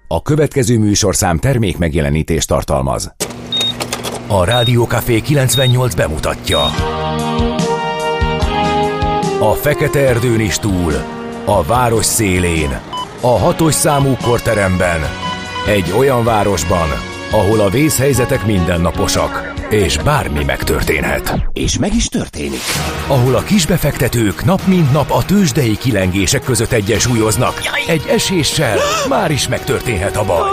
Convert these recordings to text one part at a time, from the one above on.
A következő műsorszám termék megjelenítést tartalmaz. A Rádió Café 98 bemutatja. A fekete erdőn is túl, a város szélén, a 6-os számú korteremben, egy olyan városban, ahol a vészhelyzetek mindennaposak, és bármi megtörténhet. És meg is történik. Ahol a kisbefektetők nap mint nap a tőzsdei kilengések között egyensúlyoznak. Egy eséssel már is megtörténhet a baj.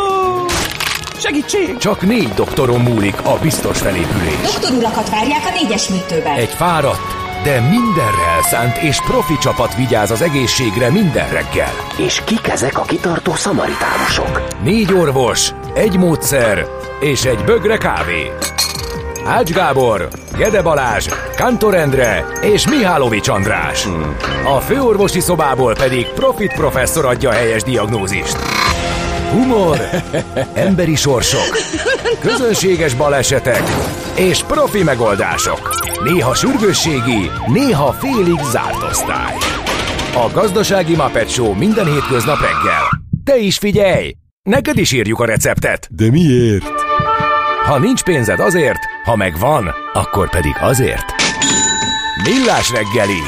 Segítség! Csak 4 doktoron múlik a biztos felépülés. Doktorulakat várják a 4-es műtőben. Egy fáradt, de mindenre elszánt és profi csapat vigyáz az egészségre minden reggel. És kik ezek a kitartó szamaritánusok? 4 orvos, egy módszer és egy bögre kávé. Ács Gábor, Gede Balázs, Kántor Endre és Mihálovics András. A főorvosi szobából pedig Profit professzor adja a helyes diagnózist. Humor, emberi sorsok, közönséges balesetek és profi megoldások. Néha sürgősségi, néha félig zárt osztály. A Gazdasági Muppet Show minden hétköznap reggel. Te is figyelj! Neked is írjuk a receptet. De miért? Ha nincs pénzed azért, ha megvan, akkor pedig azért. Millás reggeli.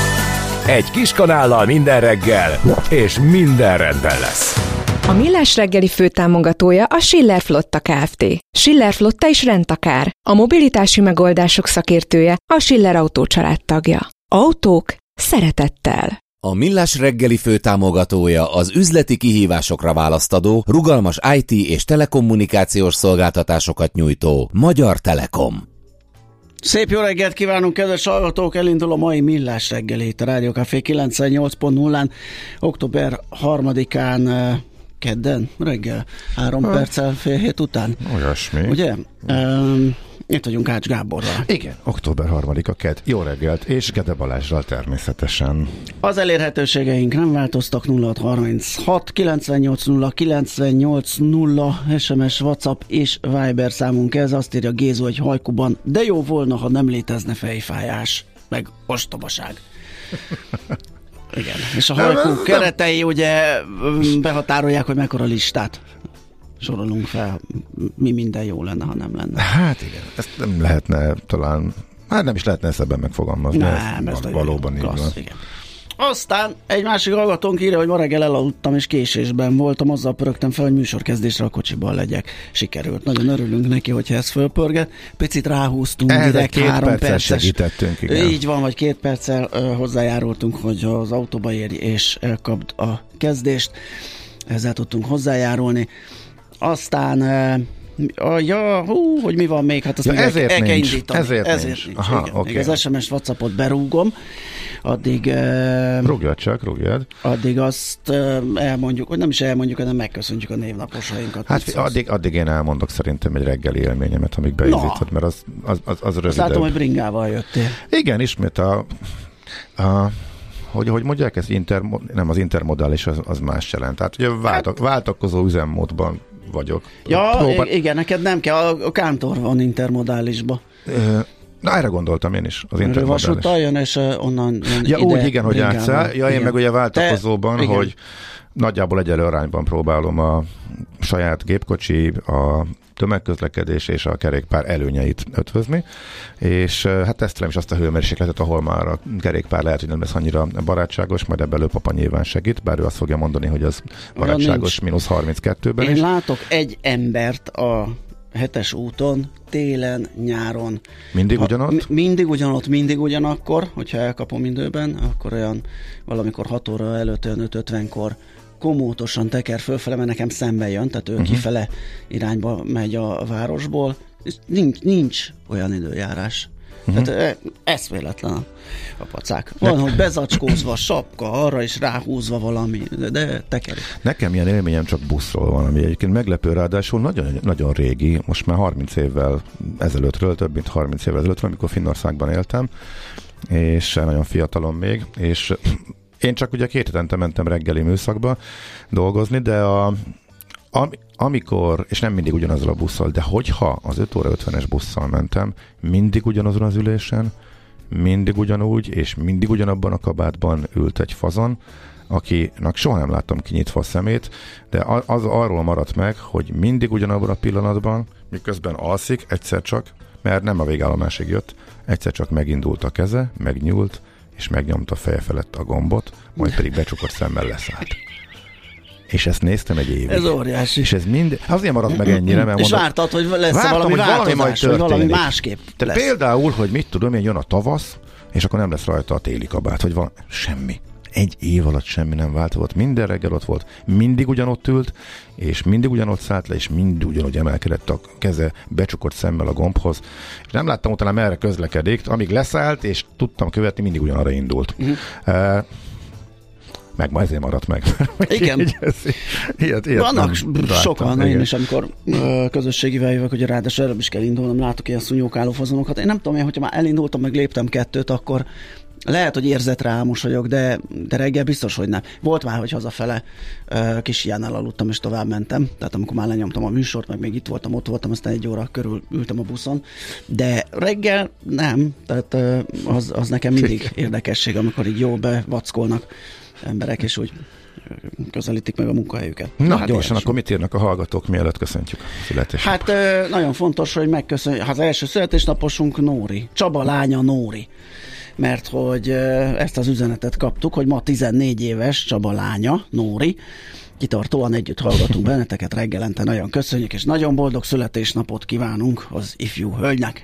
Egy kis kanállal minden reggel, és minden rendben lesz. A Millás reggeli főtámogatója a Schiller Flotta Kft. Schiller Flotta is rendtakár. A mobilitási megoldások szakértője, a Schiller Autó család tagja. Autók szeretettel. A Millás reggeli főtámogatója az üzleti kihívásokra választadó, rugalmas IT és telekommunikációs szolgáltatásokat nyújtó Magyar Telekom. Szép jó reggelt kívánunk, kedves hallgatók! Elindul a mai Millás reggeli itt a Rádió Café 98.0-án, október 3-án, kedden reggel, 3 perccel fél hét után. Olyasmi. Ugye? Itt vagyunk Ács Gáborral. Igen, október 3-a kedd. Jó reggelt, és Gede Balázsral természetesen. Az elérhetőségeink nem változtak, 0636 980 980 SMS, WhatsApp és Viber számunk ez. Azt írja Gézu egy hajkuban, de jó volna, ha nem létezne fejfájás, meg ostobaság. Igen, és a hajkú keretei ugye behatárolják, hogy mekkora listát sorolunk fel, mi minden jó lenne, ha nem lenne. Hát igen, ezt nem lehetne talán, hát nem is lehetne ebben megfogalmazni. Nem, ez valóban így klassz, van. igen. Aztán egy másik hallgatónk írja, hogy ma reggel elaludtam és késésben voltam, azzal pörögtem fel, hogy műsorkezdésre a kocsiban legyek. Sikerült. Nagyon örülünk neki, hogyha ez fölpörget. Picit ráhúztunk, direkt 3 perces. Segítettünk, igen. Így van, vagy 2 perccel hozzájárultunk, hogy az autóba érj és elkapd a kezdést. Ezzel tudtunk hozzájárulni. Aztán hogy mi van még? Hát azt ezért nincs. Ezért nincs. Aha, igen. Okay. Az SMS WhatsAppot berúgom, addig rúgjad. Addig azt elmondjuk, hogy nem is elmondjuk, hanem megköszöntjük a névnaposainkat. Hát addig én elmondok szerintem egy reggeli élményemet, amíg beindítod, mert az rövidebb. Azt látom, hogy bringával jöttél. Igen, ismét hogy mondják, ez nem az intermodális, az más jelent. Tehát ugye váltakozó üzemmódban vagyok. Igen, neked nem kell, a Kántor van intermodálisba. Na, erre gondoltam én is, az intermodális. Vasúttal jön, és onnan jön ide. Úgy, igen, hogy átszáll. Én igen. meg ugye váltakozóban, hogy nagyjából egyenlő arányban próbálom a saját gépkocsi, a tömegközlekedés és a kerékpár előnyeit ötvözni, és hát tesztelem is azt a hőmérsékletet, ahol már a kerékpár lehet, hogy nem lesz annyira barátságos, majd ebben előpapa nyilván segít, bár ő azt fogja mondani, hogy az barátságos -32-ben is. Én látok egy embert a 7-es úton, télen, nyáron. Mindig ugyanott? Mindig ugyanakkor, hogyha elkapom időben, akkor olyan valamikor 6 óra előtt, olyan 5:50-kor komótosan teker fölfele, mert nekem szembe jön, tehát ő kifele irányba megy a városból, és nincs olyan időjárás. Tehát eszméletlen a pacák. Van, hogy bezacskózva, sapka, arra is ráhúzva valami, de tekerik. Nekem ilyen élményem csak buszról van, ami egyébként meglepő, ráadásul nagyon, nagyon régi, most már 30 évvel ezelőttről, több mint 30 évvel ezelőtt, amikor Finnországban éltem, és nagyon fiatalon még, és én csak ugye 2 hetente mentem reggeli műszakba dolgozni, de amikor, és nem mindig ugyanazzal a busszal, de hogyha az 5 óra 50-es busszal mentem, mindig ugyanazon az ülésen, mindig ugyanúgy, és mindig ugyanabban a kabátban ült egy fazon, akinek soha nem láttam kinyitva a szemét, de az arról maradt meg, hogy mindig ugyanabban a pillanatban, miközben alszik, egyszer csak, mert nem a végállomásig jött, egyszer csak megindult a keze, megnyúlt, és megnyomta feje felett a gombot, majd pedig becsukott szemmel leszállt. És ezt néztem egy évig. Ez óriási. És ez mind, azért maradt meg ennyire, mert és vártad, hogy lesz valami változás, hogy valami másképp lesz. Például, hogy mit tudom én, jön a tavasz, és akkor nem lesz rajta a téli kabát, hogy van semmi. Egy év alatt semmi nem változott, minden reggel ott volt, mindig ugyanott ült, és mindig ugyanott szállt le, és mindig ugyanúgy emelkedett a keze becsukott szemmel a gombhoz. És nem láttam utána merre közlekedik, amíg leszállt, és tudtam követni, mindig ugyanarra indult. Meg ma ezért maradt meg. Igen. Ilyet vannak sokan, én is, amikor közösségivel jövök, hogy ráadásul előbb is kell indulnom, látok ilyen szúnyókáló fazonokat. Én nem tudom, hogyha már elindultam, meg léptem 2-t, akkor lehet, hogy érzetrámos vagyok, de reggel biztos, hogy nem. Volt már, hogy hazafele kis hiánál aludtam, és tovább mentem. Tehát amikor már lenyomtam a műsort, meg még itt voltam, ott voltam, aztán 1 óra körül ültem a buszon. De reggel nem. Tehát az nekem mindig érdekesség, amikor így jól bevackolnak emberek, és úgy közelítik meg a munkahelyüket. Na hát gyorsan, akkor mit írnak a hallgatók, mielőtt köszöntjük a születésnapot? Hát nagyon fontos, hogy megköszönjük. Az első születésnaposunk Nóri. Csaba lánya Nóri. Mert hogy ezt az üzenetet kaptuk, hogy ma 14 éves Csaba lánya, Nóri. Kitartóan együtt hallgatunk benneteket reggelente, nagyon köszönjük, és nagyon boldog születésnapot kívánunk az ifjú hölgynek.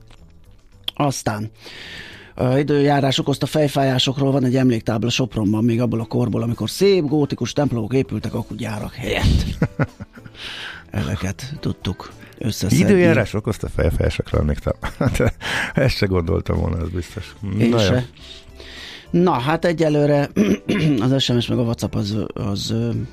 Aztán időjárás okozta fejfájásokról van egy emléktábla Sopronban, még abból a korból, amikor szép gótikus templomok épültek a kutyárak helyett. Ezeket tudtuk összeszedni. Időjárás okozta fejfájásokról emléktábla. Ezt se gondoltam volna, ez biztos. Na, hát egyelőre az SMS meg a WhatsApp az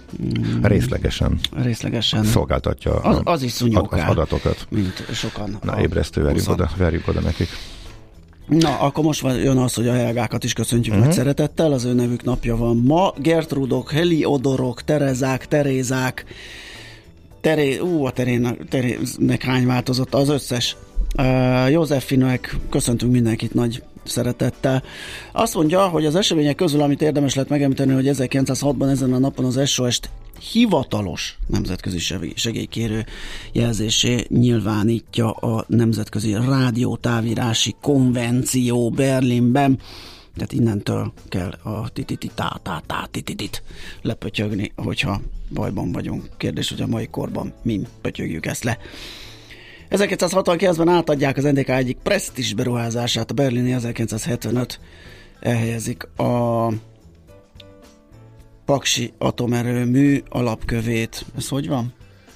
részlegesen szolgáltatja az is szúnyókál, az adatokat. Mint sokan. Na, ébresztő, verjük oda nekik. Na, akkor most jön az, hogy a Helgákat is köszöntjük nagy szeretettel, az ő nevük napja van ma. Gertrudok, Heliodorok, Terezák, Terézák, a Terének hány változott, az összes. Józsefinek köszöntünk mindenkit nagy szeretettel. Azt mondja, hogy az események közül, amit érdemes lehet megemlíteni, hogy 1906-ban ezen a napon az SOS-t hivatalos nemzetközi segélykérő jelzésé nyilvánítja a Nemzetközi Rádiótávírási Konvenció Berlinben. Tehát innentől kell a titititát lepötyögni, hogyha bajban vagyunk. Kérdés, hogy a mai korban mi pötyögjük ezt le. 1969-ben átadják az NDK egyik presztízs beruházását, a berlini 1975 elhelyezik a Paksi atomerőmű alapkövét. Ez hogy van?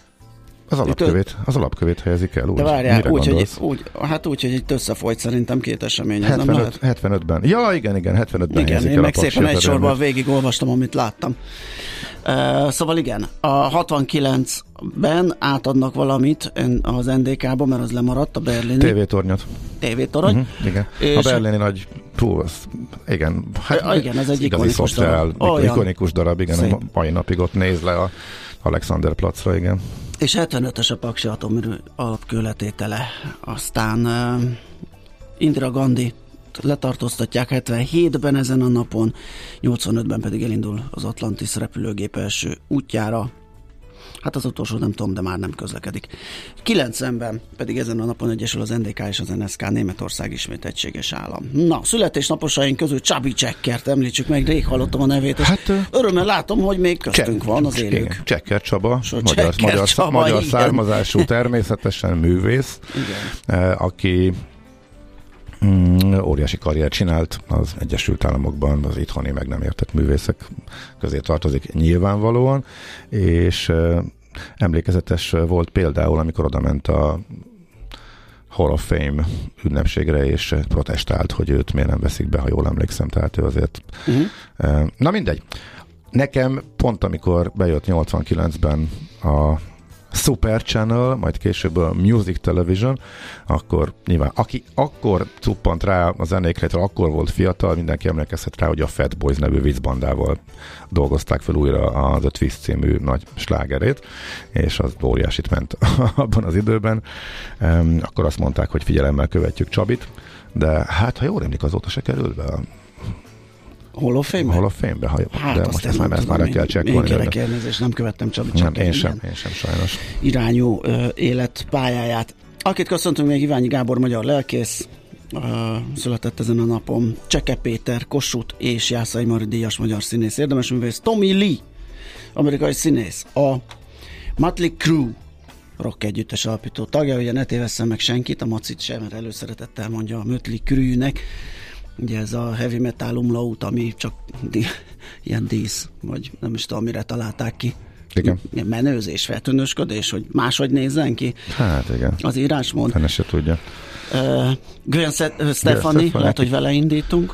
Az alapkövét helyezik el. De várjál, úgy, hogy itt összefolyt szerintem 2 esemény. 75-ben. Ja, igen, 75-ben helyezik el a meg szépen egy sorban végig olvastam, amit láttam. Szóval igen, a 69-ben átadnak valamit az NDK-ba, mert az lemaradt, a berlini. TV-tornyot. TV-torony. Igen. A berlini nagy igen. Hát, igen, ez egy ikonikus darab. Ikonikus darab, igen. Szép. A mai napig ott néz le a Alexanderplatzra, igen. És 75-ös a Paksi atomerő alapkőletétele. Aztán Indira Gandhi letartóztatják 77-ben ezen a napon, 85-ben pedig elindul az Atlantis repülőgép első útjára. Hát az utolsó nem tudom, de már nem közlekedik. 90-ben pedig ezen a napon egyesül az NDK és az NSK, Németország ismét egységes állam. Na, születésnaposaink közül Csabi Csekkert említsük meg, rég hallottam a nevét, és örömmel látom, hogy még köztünk van az élők. Csekker Csaba, magyar származású, természetesen művész, aki óriási karriert csinált az Egyesült Államokban, az itthoni meg nem értett művészek közé tartozik nyilvánvalóan, és emlékezetes volt például, amikor oda ment a Hall of Fame ünnepségre, és protestált, hogy őt miért nem veszik be, ha jól emlékszem, tehát ő azért... Na mindegy. Nekem pont amikor bejött 89-ben a Super Channel, majd később a Music Television, akkor nyilván, aki akkor cuppant rá a zenékre, akkor volt fiatal, mindenki emlékezhet rá, hogy a Fat Boys nevű viccbandával dolgozták fel újra a The Twist című nagy slágerét, és az óriásit ment abban az időben. Akkor azt mondták, hogy figyelemmel követjük Csabit, de hát, ha jól emlék, azóta se került be Hall of Fame-be, hát de most ezt már el kell csekkolni. Én kérek elnézést, nem követtem Csabi csak én sem sajnos. Irányú életpályáját. Akit köszöntünk még, Iványi Gábor, magyar lelkész, született ezen a napon. Cseke Péter, Kossuth és Jászai Mari díjas magyar színész, érdemes művész. Tommy Lee, amerikai színész, a Mötley Crüe rock együttes alapító tagja, ugye ne tévesszem meg senkit, a Macit sem, mert előszeretettel mondja a Mötley Crüe-nek. Ugye ez a heavy metal umlaut, ami csak ilyen dísz, vagy nem is tudom, mire találták ki. Igen. Menőzés, feltűnősködés, hogy máshogy nézzen ki. Hát igen. Az írásmód. Fene se tudja. Gwen Stefani, lehet, hogy vele indítunk.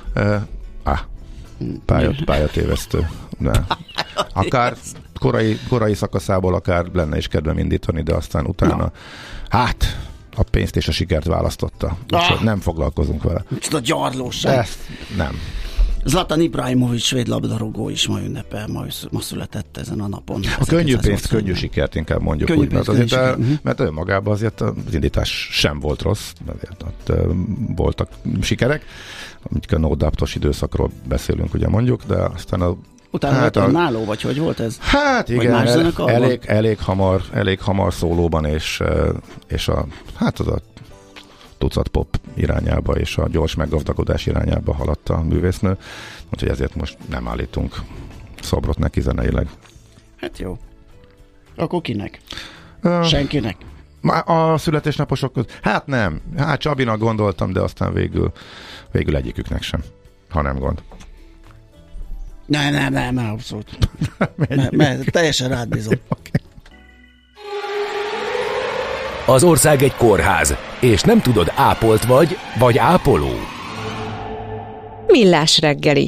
Pályatévesztő. Akár korai szakaszából akár lenne is kedvem indítani, de aztán utána a pénzt és a sikert választotta. Nem foglalkozunk vele. Micsoda gyarlóság. Ezt nem. Zlatan Ibrahimović, svéd labdarúgó is ma ünnepel, ma született ezen a napon. A könnyű pénzt, könnyű sikert inkább mondjuk könnyű úgy, pénzt, mert önmagában azért az indítás sem volt rossz, azért ott voltak sikerek, amit a No Doubt-os időszakról beszélünk, ugye mondjuk, de aztán utána volt a náló, vagy hogy volt ez? Hát igen, elég hamar szólóban, és az a tucat pop irányába és a gyors meggazdagodás irányába haladt a művésznő, úgyhogy ezért most nem állítunk szobrot neki zeneileg. Hát jó. Akkor kinek? Senkinek? A születésnaposok között? Hát nem. Hát Csabinak gondoltam, de aztán végül egyiküknek sem, ha nem gond. Nem, abszolút. Teljesen rád bízom. Okay. Az ország egy kórház, és nem tudod, ápolt vagy ápoló. Millás reggeli.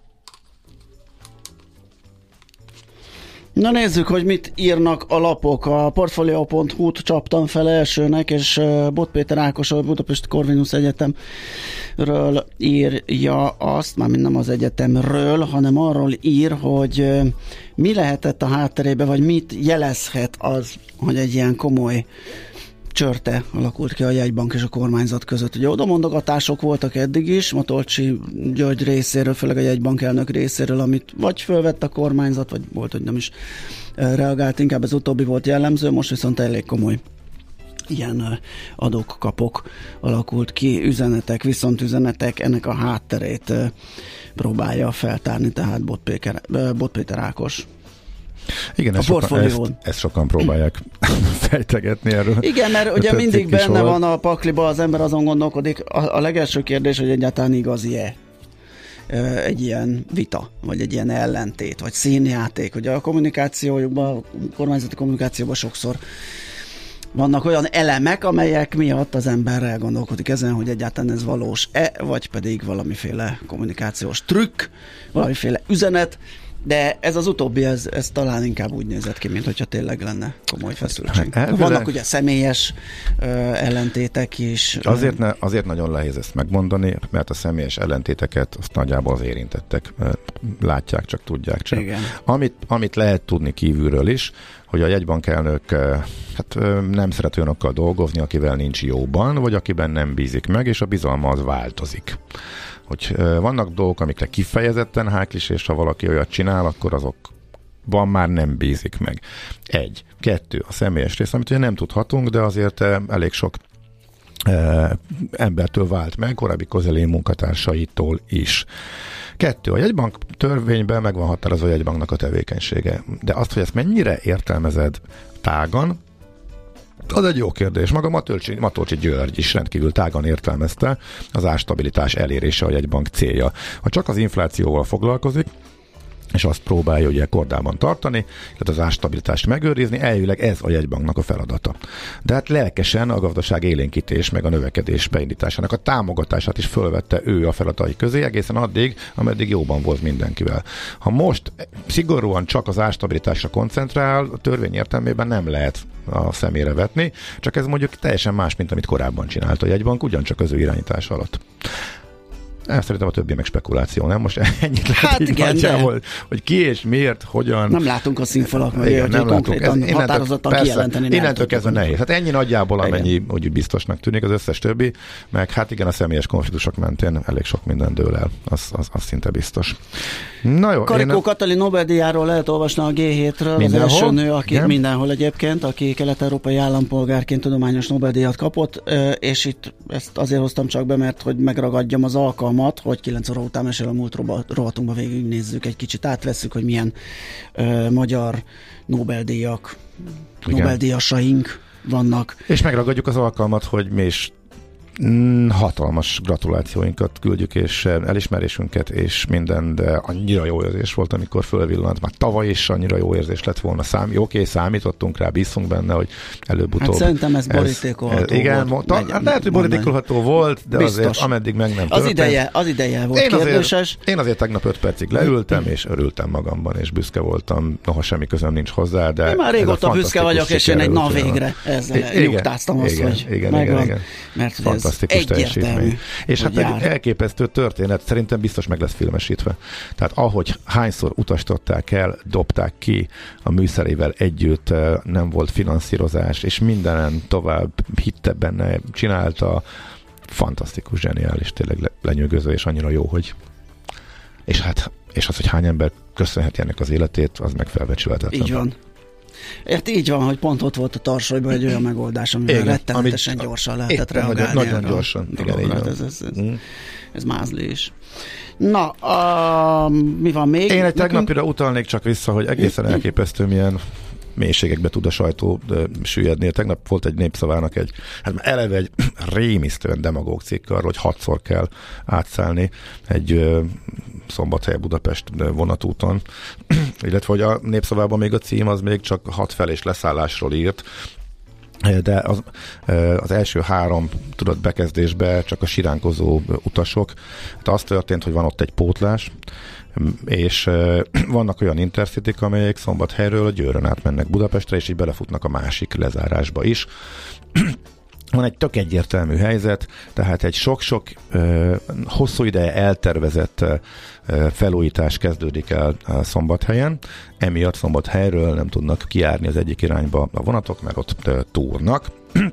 Na nézzük, hogy mit írnak a lapok. A Portfolio.hu-t csaptam fel elsőnek, és Bot Péter Ákos a Budapesti Corvinus Egyetemről írja azt, mármint nem az egyetemről, hanem arról ír, hogy mi lehetett a hátterébe, vagy mit jelezhet az, hogy egy ilyen komoly csörte alakult ki a jegybank és a kormányzat között. Ugye odamondogatások voltak eddig is, Matolcsi György részéről, főleg a jegybank elnök részéről, amit vagy fölvett a kormányzat, vagy volt, hogy nem is reagált, inkább ez utóbbi volt jellemző, most viszont elég komoly ilyen adok-kapok alakult ki, üzenetek, viszontüzenetek, ennek a hátterét próbálja feltárni, tehát Bot Péter Ákos. Igen, ezt sokan próbálják fejtegetni erről. Igen, mert ugye mindig benne van a pakliba, az ember azon gondolkodik, a legelső kérdés, hogy egyáltalán igazi-e egy ilyen vita, vagy egy ilyen ellentét, vagy színjáték. Ugye a kommunikációjukban, a kormányzati kommunikációban sokszor vannak olyan elemek, amelyek miatt az ember elgondolkodik ezen, hogy egyáltalán ez valós-e, vagy pedig valamiféle kommunikációs trükk, valamiféle üzenet, de ez az utóbbi, ez talán inkább úgy nézett ki, mint hogyha tényleg lenne komoly feszültség. Vannak ugye személyes ellentétek is. Azért nagyon nehéz ezt megmondani, mert a személyes ellentéteket azt nagyjából az érintettek látják, csak tudják csak. Igen. Amit lehet tudni kívülről is, hogy a jegybankelnök nem szeret olyanokkal dolgozni, akivel nincs jóban, vagy akiben nem bízik meg, és a bizalma az változik. Hogy vannak dolgok, amikre kifejezetten háklis, és ha valaki olyat csinál, akkor azokban már nem bízik meg. 1. 2. A személyes rész, amit ugye nem tudhatunk, de azért elég sok embertől vált meg, korábbi közeli munkatársaitól is. 2. A jegybank törvényben meg van határozva a jegybanknak a tevékenysége. De azt, hogy ezt mennyire értelmezed tágan, az egy jó kérdés. Maga Matolcsi György is rendkívül tágan értelmezte az árstabilitás elérése a jegybank célja. Ha csak az inflációval foglalkozik, és azt próbálja ugye kordában tartani, tehát az árstabilitást megőrizni, elvileg ez a jegybanknak a feladata. De hát lelkesen a gazdaság élénkítés meg a növekedés beindításának a támogatását is fölvette ő a feladatai közé, egészen addig, ameddig jóban volt mindenkivel. Ha most szigorúan csak az árstabilitásra koncentrál, a törvény értelmében nem lehet a szemére vetni, csak ez mondjuk teljesen más, mint amit korábban csinált a jegybank, ugyancsak az ő irányítás alatt. Szerintem a többi meg spekuláció, nem? Most ennyit lehet Hát igen, hogy ki és miért, hogyan... Nem látunk a színfalak, hogy konkrétan határozottan kijelenteni. Innentől kezdve nehéz. Hát ennyi nagyjából, amennyi úgy biztosnak tűnik, az összes többi, meg hát igen, a személyes konfliktusok mentén elég sok minden dől el, az szinte biztos. Na jó. Karikó Katalin Nobel-díjáról lehet olvasni a G7-ről, az első nő, aki mindenhol egyébként, aki kelet-európai állampolgárként tudományos Nobel-díjat kapott, és itt ezt azért hoztam csak be, mert hogy megragadjam az alkalmat, hogy 9 óra után mesél a múlt rovatunkba végignézzük, egy kicsit átvesszük, hogy milyen magyar Nobel-díjak, Nobel-díjasaink vannak. És megragadjuk az alkalmat, hogy mi is hatalmas gratulációinkat küldjük, és elismerésünket, és minden, de annyira jó érzés volt, amikor fölvillant. Már tavaly is annyira jó érzés lett volna. Oké, számítottunk rá, bízunk benne, hogy előbb-utóbb. Hát szerintem ez borítékolható igen, volt. Hát lehet, hogy borítékolható volt, de biztos. Azért ameddig meg nem történt. Az ideje volt kérdéses. Én azért tegnap 5 percig leültem, és örültem magamban, és büszke voltam. Noha semmi közöm nincs hozzá, de én már régóta büszke vagyok, és én egy végre ezzel nyugtáztam azt, hogy megvan. Mert fantasztikus teljesítmény. És hát egy elképesztő történet, szerintem biztos meg lesz filmesítve. Tehát ahogy hányszor utasították el, dobták ki a műszerével együtt, nem volt finanszírozás, és mindenen tovább hitte benne, csinálta, fantasztikus, zseniális, tényleg lenyűgöző, és annyira jó, hogy és az, hogy hány ember köszönheti ennek az életét, az meg felbecsülhetetlen. Így van. Hát így van, hogy pont ott volt a tarsolyban egy olyan megoldás, amivel rettenetesen gyorsan lehetett reagálni. Nagyon gyorsan. Igen, így van. Ez mázli is. Na, mi van még? Én egy tegnapira utalnék csak vissza, hogy egészen elképesztő milyen mélységekbe tud a sajtó süllyedni. Tegnap volt egy Népszavának eleve egy rémisztően demagóg cikk arról, hogy 6-szor kell átszállni egy Szombathely-Budapest vonatúton, illetve hogy a Népszavában még a cím az még csak 6 felés leszállásról írt, de az első 3 bekezdésben csak a siránkozó utasok. Hát az történt, hogy van ott egy pótlás, és vannak olyan Intercityk, amelyek Szombathelyről Győrön átmennek Budapestre, és így belefutnak a másik lezárásba is. Van egy tök egyértelmű helyzet, tehát egy sok-sok hosszú ideje eltervezett felújítás kezdődik el Szombathelyen, emiatt Szombathelyről nem tudnak kijárni az egyik irányba a vonatok, mert ott túrnak.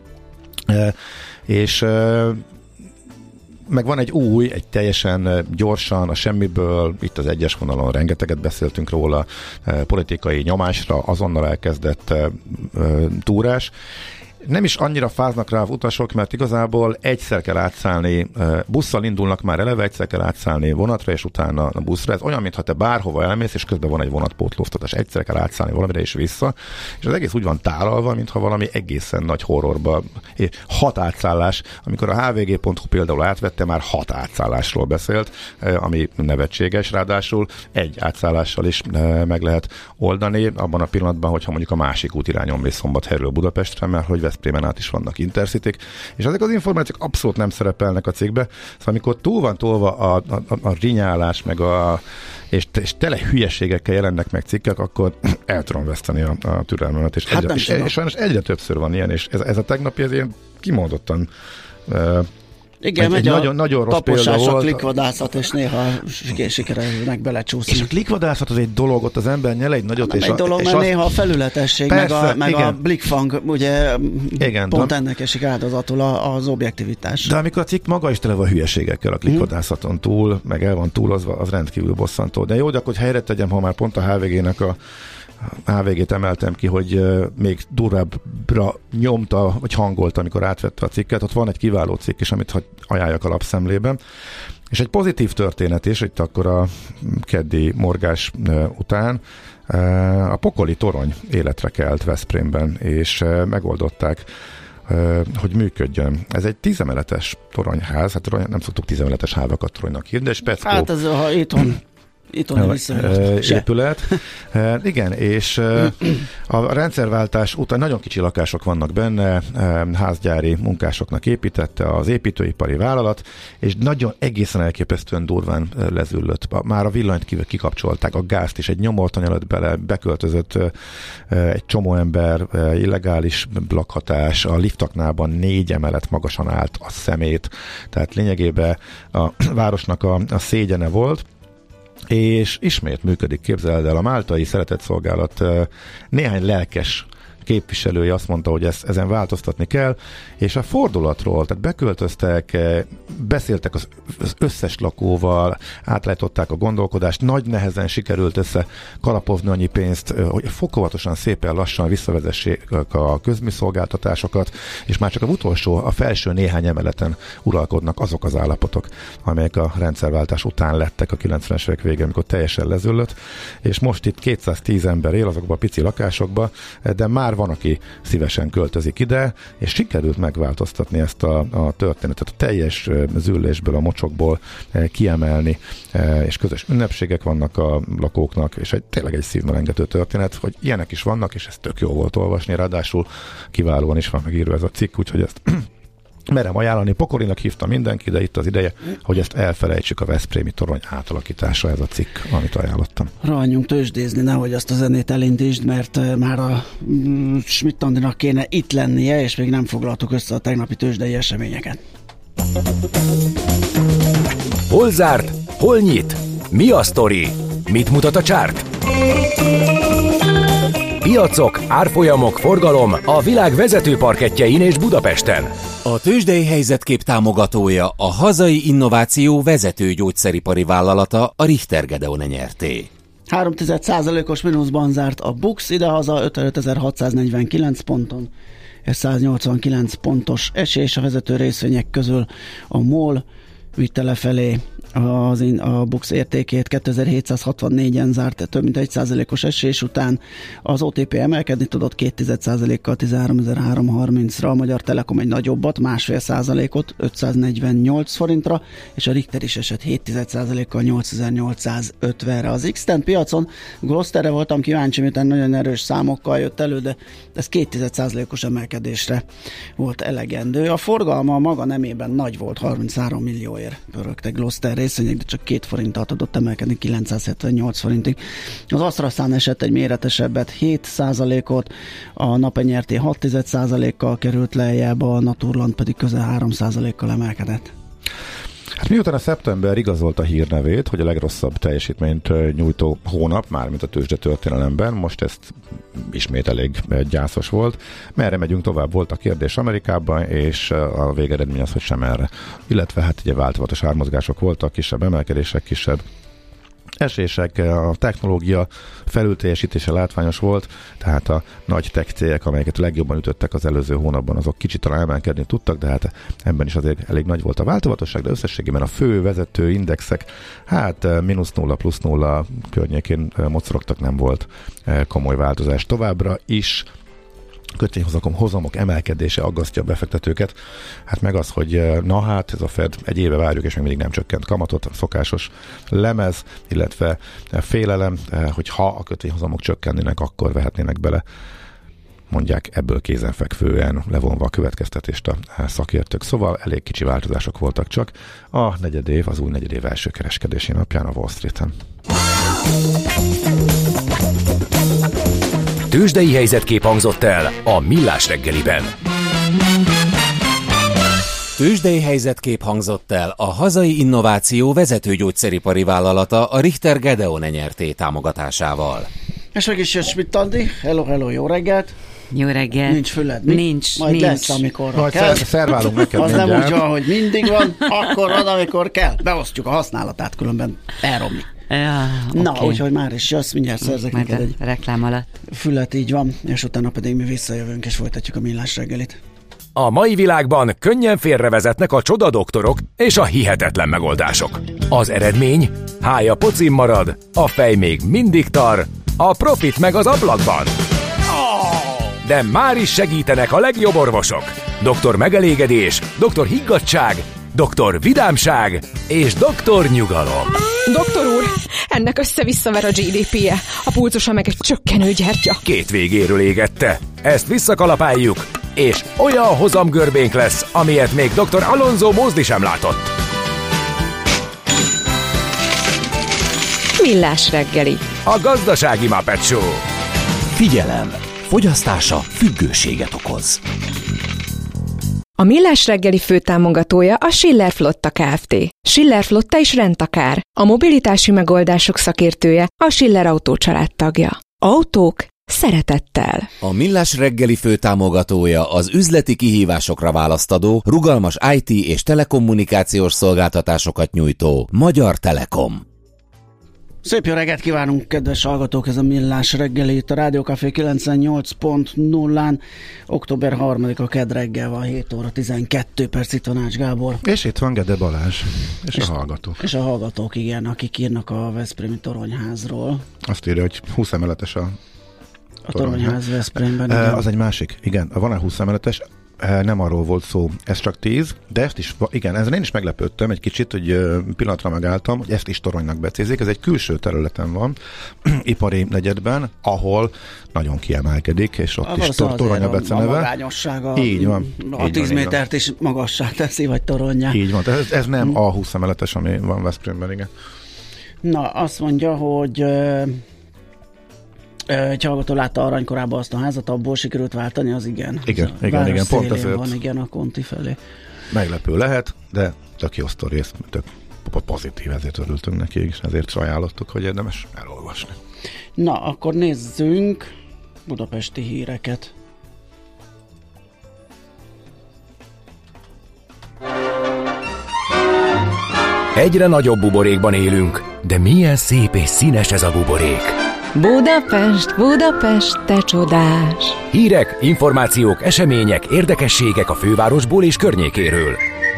És meg van egy teljesen gyorsan, a semmiből, itt az egyes vonalon rengeteget beszéltünk róla, politikai nyomásra azonnal elkezdett túrás. Nem is annyira fáznak rá az utasok, mert igazából egyszer kell átszállni, busszal indulnak már eleve, egyszer kell átszállni vonatra, és utána a buszra. Ez olyan, mintha te bárhova elmész, és közben van egy vonatpótlóztatás. Egyszer kell átszállni valamire és vissza, és az egész úgy van tálalva, mintha valami egészen nagy horrorba. 6 átszállás, amikor a hvg.hu például átvette, már 6 átszállásról beszélt, ami nevetséges, ráadásul egy átszállással is meg lehet oldani, abban a pillanatban, hogyha mondjuk a másik útirányon mész Szombathelyről Budapestre, mert hogy Veszprémen át is vannak Intercityk, és ezek az információk abszolút nem szerepelnek a cikkbe, szóval amikor túl van tolva a rinyálás, meg és tele hülyeségekkel jelennek meg cikkek, akkor el tudom veszteni a türelmemet, és sajnos egyre többször van ilyen, és ez a tegnapi ez ilyen kimondottan igen, megy nagyon rossz példa volt. A klikvadászat, és néha sikerülnek belecsúszni. És a klikvadászat az egy dolog, ott az ember nyel egy nagyot. Nem egy dolog, mert néha a felületesség, persze, meg a blikkfang, ugye igen, pont ennek esik áldozatul az objektivitás. De amikor a cikk maga is tele van hülyeségekkel a klikvadászaton túl, meg el van túlozva, az rendkívül bosszantó. De jó, de akkor helyre tegyem, ha már pont a HVG-nek a HVG-t emeltem ki, hogy még durvábbra nyomta, vagy hangolta, amikor átvette a cikket. Ott van egy kiváló cikk is, amit ajánljak a lapszemlében. És egy pozitív történet is, itt akkor a keddi morgás után a pokoli torony életre kelt Veszprémben, és megoldották, hogy működjön. Ez egy 10 emeletes toronyház, hát nem szoktuk 10 emeletes házakat toronynak hívni, de speckó. Hát ez ha itthon épület. Igen, és a rendszerváltás után nagyon kicsi lakások vannak benne, házgyári munkásoknak építette az építőipari vállalat, és nagyon egészen elképesztően durván lezüllött. Már a villanyt kikapcsolták, a gázt is, egy nyomortanyalott bele, beköltözött egy csomó ember, illegális lakhatás, a liftaknában 4 emelet magasan állt a szemét, tehát lényegében a városnak a szégyene volt, és ismét működik, képzeld el, a máltai szeretetszolgálat néhány lelkes képviselője azt mondta, hogy ezen változtatni kell, és a fordulatról, tehát beköltöztek, beszéltek az összes lakóval, átlátották a gondolkodást, nagy nehezen sikerült össze kalapozni annyi pénzt, hogy fokozatosan szépen lassan visszavezessék a közműszolgáltatásokat, és már csak a felső néhány emeleten uralkodnak azok az állapotok, amelyek a rendszerváltás után lettek a 90-es évek végén, amikor teljesen lezüllött, és most itt 210 ember él azokban a pici lakásokban, de már van, aki szívesen költözik ide, és sikerült megváltoztatni ezt a történetet, a teljes züllésből, a mocsokból kiemelni, és közös ünnepségek vannak a lakóknak, és tényleg egy szívmelengető történet, hogy ilyenek is vannak, és ez tök jó volt olvasni, ráadásul kiválóan is van megírva ez a cikk, úgyhogy ezt merem ajánlani, pokolinak hívta mindenki, de itt az ideje, hogy ezt elfelejtsük, a veszprémi torony átalakítása, ez a cikk, amit ajánlottam. Rohanjunk tőzsdézni, nehogy azt a zenét elindítsd, mert már a Schmidt Andinak kéne itt lennie, és még nem foglaltuk össze a tegnapi tőzsdei eseményeket. Hol zárt? Hol nyit? Mi a sztori? Mit mutat a csárt? Piacok, árfolyamok, forgalom a világ vezető parkettjein és Budapesten. A tőzsdei helyzetkép támogatója, a hazai innováció vezető gyógyszeripari vállalata, a Richter Gedeon nyerté. 3,1%-os mínuszban zárt a BUX idehaza 55.649 ponton, és 189 pontos esés a vezető részvények közül. A MOL vitte lefelé a BUX értékét, 2764-en zárt, több mint 1%-os esés után. Az OTP emelkedni tudott 2,1%-kal 13.330-ra, a Magyar Telekom egy nagyobbat, 1,5%-ot 548 forintra, és a Richter is esett 7,1%-kal 8850-re. Az X-Tent piacon Glosterre voltam kíváncsi, miután nagyon erős számokkal jött elő, de ez 2,1%-os emelkedésre volt elegendő. A forgalma maga nemében nagy volt, 33 millióért pörögtek Gloster részvények, de csak 2 forinttal tudott emelkedni 978 forintig. Az AstraZán esett egy méretesebbet, 7%-ot, a Napenyerté 6,1%-kal került lejjebb, a Naturland pedig közel 3%-kal emelkedett. Hát miután a szeptember igazolta hírnevét, hogy a legrosszabb teljesítményt nyújtó hónap, mármint a tőzsde történelemben, most ezt ismét elég gyászos volt. Merre megyünk tovább, volt a kérdés Amerikában, és a végeredmény az, hogy sem erre. Illetve hát ugye változatos ármozgások voltak, kisebb emelkedések, kisebb esések, a technológia felülteljesítése látványos volt, tehát a nagy tech cégek, amelyeket legjobban ütöttek az előző hónapban, azok kicsit talán emelkedni tudtak, de hát ebben is azért elég nagy volt a változatosság, de összességében a fő vezető indexek, hát -0, +0 környékén mocorogtak, nem volt komoly változás továbbra is. Kötvényhozamok emelkedése aggasztja a befektetőket. Hát meg az, hogy ez a Fed egy éve várjuk, és még mindig nem csökkent kamatot, a szokásos lemez, illetve félelem, hogy ha a kötvényhozamok csökkennének, akkor vehetnének bele, mondják ebből kézenfekvően, levonva a következtetést a szakértők. Szóval elég kicsi változások voltak csak a negyedév, az új negyedév első kereskedési napján a Wall Street-en. Tőzsdei helyzetkép hangzott el a Millás reggeliben. Tőzsdei helyzetkép hangzott el a hazai innováció vezető gyógyszeripari vállalata, a Richter Gedeon nyerté támogatásával. És meg is jött Schmidt Andi. Hello, jó reggelt! Jó reggelt! Nincs füled, Nincs. lesz, amikor majd kell. Szerválunk neked az mindjárt. nem úgy van, hogy mindig van, akkor van, amikor kell. Beosztjuk a használatát, különben elromlik. Ja, Na, okay. úgyhogy már is jössz, mindjárt szerzek Majd neked egy reklám alatt. fület, így van, és utána pedig mi visszajövünk, és folytatjuk a Millás reggelit. A mai világban könnyen félrevezetnek a csodadoktorok és a hihetetlen megoldások. Az eredmény? Hája pocim marad, a fej még mindig tar, a profit meg az ablakban. De már is segítenek a legjobb orvosok. Doktor megelégedés, doktor higgadtság, doktor vidámság és doktor nyugalom. Doktor úr, ennek össze-visszaver a GDP-je, a pulzusa meg egy csökkenő gyertya. Két végéről égette. Ezt visszakalapáljuk, és olyan hozamgörbénk lesz, amilyet még dr. Alonso Mózdi sem látott. Millás reggeli. A gazdasági Muppet Show. Figyelem! Fogyasztása függőséget okoz. A Millás reggeli főtámogatója a Schiller Flotta Kft. Schiller Flotta is rendtakár. A mobilitási megoldások szakértője, a Schiller Autó családtagja. Autók szeretettel. A Millás reggeli főtámogatója az üzleti kihívásokra választadó, rugalmas IT és telekommunikációs szolgáltatásokat nyújtó Magyar Telekom. Szép jó reggelt kívánunk, kedves hallgatók, ez a Millás reggeli, itt a Rádió Café 98.0-án, október 3-a kedd reggel van, 7 óra 12 perc, itt van Ács Gábor. És itt van Gede Balázs, és a hallgatók. És a hallgatók, igen, akik írnak a Veszprémi Toronyházról. Azt írja, hogy 20 emeletes a Toronyház Veszprémben. Az egy másik, igen, van-e 20 emeletes? Nem arról volt szó, ez csak 10, de ezt is, igen, ezen én is meglepődtem egy kicsit, hogy pillanatra megálltam, hogy ezt is toronynak becézik. Ez egy külső területen van, ipari negyedben, ahol nagyon kiemelkedik, és ott is torony a beceneve. A magányossága, így van. A 10 métert is magassá teszi, vagy toronyá. Így van, ez nem a 20 emeletes, ami van Veszprémben, igen. Na, azt mondja, hogy egy hallgató látta aranykorában azt a házat, abból sikerült váltani, az igen. Igen, pont ezért van, igen, a Konti felé. Meglepő lehet, de tök jó sztori, ez tök pozitív, ezért örültünk neki, és ezért ajánlottuk, hogy érdemes elolvasni. Na, akkor nézzünk budapesti híreket. Egyre nagyobb buborékban élünk, de milyen szép és színes ez a buborék. Budapest, Budapest, te csodás! Hírek, információk, események, érdekességek a fővárosból és környékéről.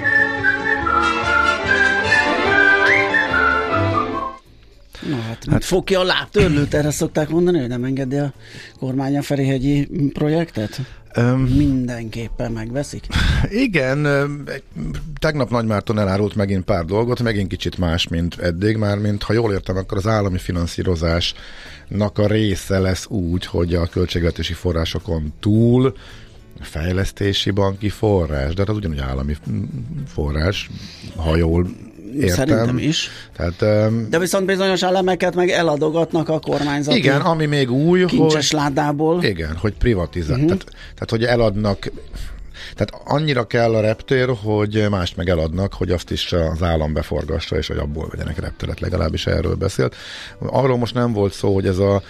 Na hát fogja a lábtörlőt, erre szokták mondani, hogy nem engedi a kormány a Ferihegyi projektet? Mindenképpen megveszik? Igen, tegnap Nagymárton elárult megint pár dolgot, megint kicsit más, mint eddig, már mint ha jól értem, akkor az állami finanszírozásnak a része lesz úgy, hogy a költségvetési forrásokon túl fejlesztési banki forrás, de az ugyanúgy állami forrás, ha jól értem. Szerintem is. Tehát, de viszont bizonyos elemeket meg eladogatnak a kormányzati. Igen, ami még új, kincses ládából. Igen, hogy privatizál. Tehát, hogy eladnak. Tehát annyira kell a reptér, hogy mást meg eladnak, hogy azt is az állam beforgassa, és hogy abból vegyenek repteret, legalábbis erről beszélt. Arról most nem volt szó, hogy ez a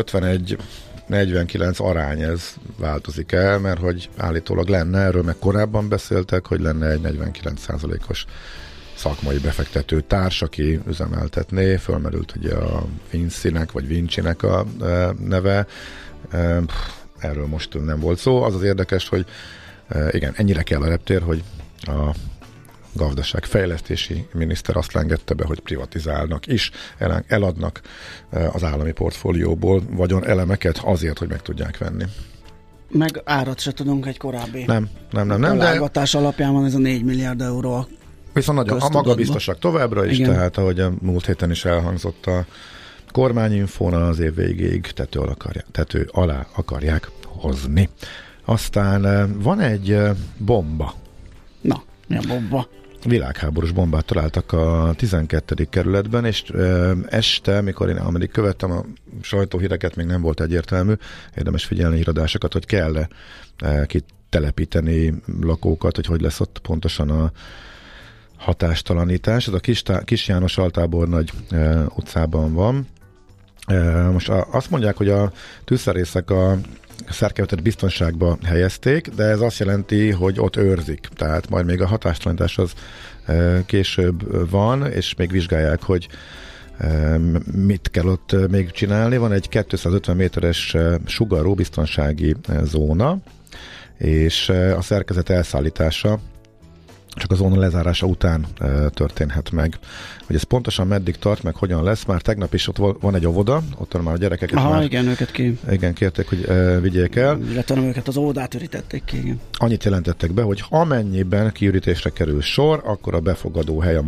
51-49 arány, ez változik el, mert hogy állítólag lenne, erről meg korábban beszéltek, hogy lenne egy 49%-os szakmai befektető társ, aki üzemeltetné, fölmerült ugye a Vincinek, vagy Vincinek a neve. Erről most nem volt szó. Az az érdekes, hogy igen, ennyire kell a reptér, hogy a gazdaságfejlesztési miniszter azt lengette be, hogy privatizálnak is, eladnak az állami portfólióból vagyon elemeket azért, hogy meg tudják venni. Meg árat se tudunk egy korábbi. Nem. Találgatás alapján van ez a 4 milliárd euró. Viszont nagyon a magabiztosak továbbra is, igen. Tehát ahogy a múlt héten is elhangzott a kormányinfóna, az év végéig tető alá akarják hozni. Aztán van egy bomba. Na, mi a bomba? Világháborús bombát találtak a 12. kerületben, és este, mikor én ameddig követtem a sajtóhíreket, még nem volt egyértelmű, érdemes figyelni híradásokat, hogy kell kitelepíteni lakókat, hogy lesz ott pontosan a hatástalanítás. Ez a Kis János Altábornagy utcában van. Most azt mondják, hogy a tűzszerészek a szerkezetet biztonságba helyezték, de ez azt jelenti, hogy ott őrzik. Tehát majd még a hatástalanítás az később van, és még vizsgálják, hogy mit kell ott még csinálni. Van egy 250 méteres sugaró biztonsági zóna, és a szerkezet elszállítása csak a zóna lezárása után történhet meg. Hogy ez pontosan meddig tart, meg hogyan lesz, már tegnap is ott van egy óvoda, ott már a gyerekeket már... igen, őket kérték, hogy vigyék el. Illetve őket az óvodát ürítették ki, igen. Annyit jelentettek be, hogy amennyiben kiürítésre kerül sor, akkor a befogadó hely a MOM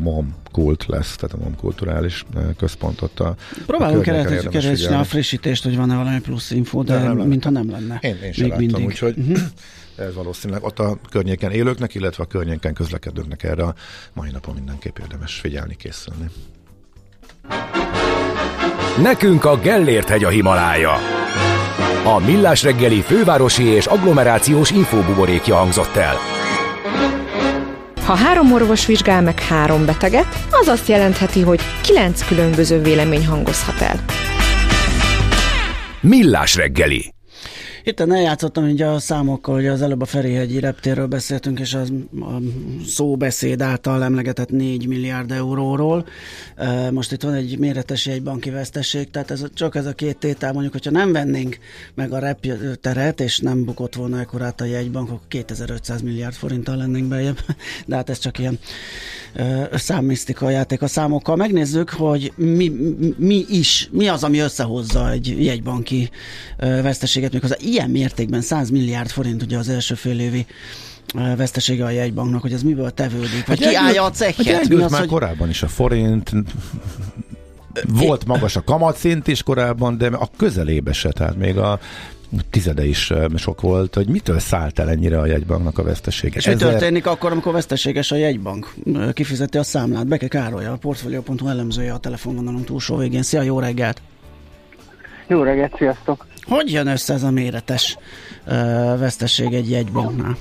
kult lesz, tehát a MOM kulturális központot. Próbálunk keresni a frissítést, hogy van-e valami plusz info, de mintha nem lenne. Én sem láttam, úgyhogy ez valószínűleg ott a környéken élőknek, illetve a környéken közlekedőknek erre a mai napon mindenképp érdemes figyelni, készülni. Nekünk a Gellért-hegy a Himalája. A Millás reggeli fővárosi és agglomerációs infóbuborékja hangzott el. Ha 3 orvos vizsgál meg 3 beteget, az azt jelentheti, hogy 9 különböző vélemény hangozhat el. Millás reggeli. Itt eljátszottam így a számokkal, hogy az előbb a Ferihegyi reptérről beszéltünk, és az a szóbeszéd által emlegetett 4 milliárd euróról. Most itt van egy méretes jegybanki veszteség, tehát csak ez a két tétel, mondjuk, hogyha nem vennénk meg a repteret, és nem bukott volna ekkorát a jegybank, akkor 2500 milliárd forinttal lennénk bejebb, de hát ez csak ilyen számmisztika játék a számokkal. Megnézzük, hogy mi az, ami összehozza egy jegybanki veszteséget, méghozzá ilyen mértékben 100 milliárd forint ugye az első félévi vesztesége a jegybanknak, hogy ez miből tevődik, vagy ki állja a cekket. Már korábban is a forint, volt magas a kamatszint is korábban, de a közelébe se, tehát még a tizede is sok volt, hogy mitől szállt el ennyire a jegybanknak a vesztesége. És mi történik akkor, amikor veszteséges a jegybank? Kifizeti a számlát. Beke Károly, a Portfolio.hu elemzője a telefonvonalunk túlsó végén. Szia, jó reggelt! Jó reggelt, sziasztok! Hogy jön össze ez a méretes veszteség egy jegybanknál?